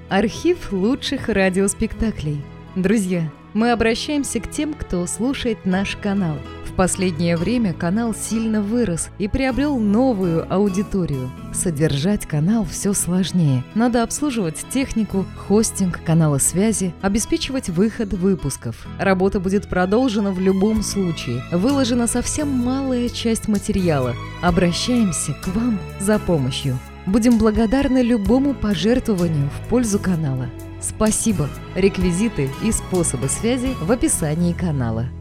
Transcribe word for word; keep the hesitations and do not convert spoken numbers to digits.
Архив лучших радиоспектаклей. Друзья, мы обращаемся к тем, кто слушает наш канал. В последнее время канал сильно вырос и приобрел новую аудиторию. Содержать канал все сложнее. Надо обслуживать технику, хостинг, каналы связи, обеспечивать выход выпусков. Работа будет продолжена в любом случае. Выложена совсем малая часть материала. Обращаемся к вам за помощью. Будем благодарны любому пожертвованию в пользу канала. Спасибо! Реквизиты и способы связи в описании канала.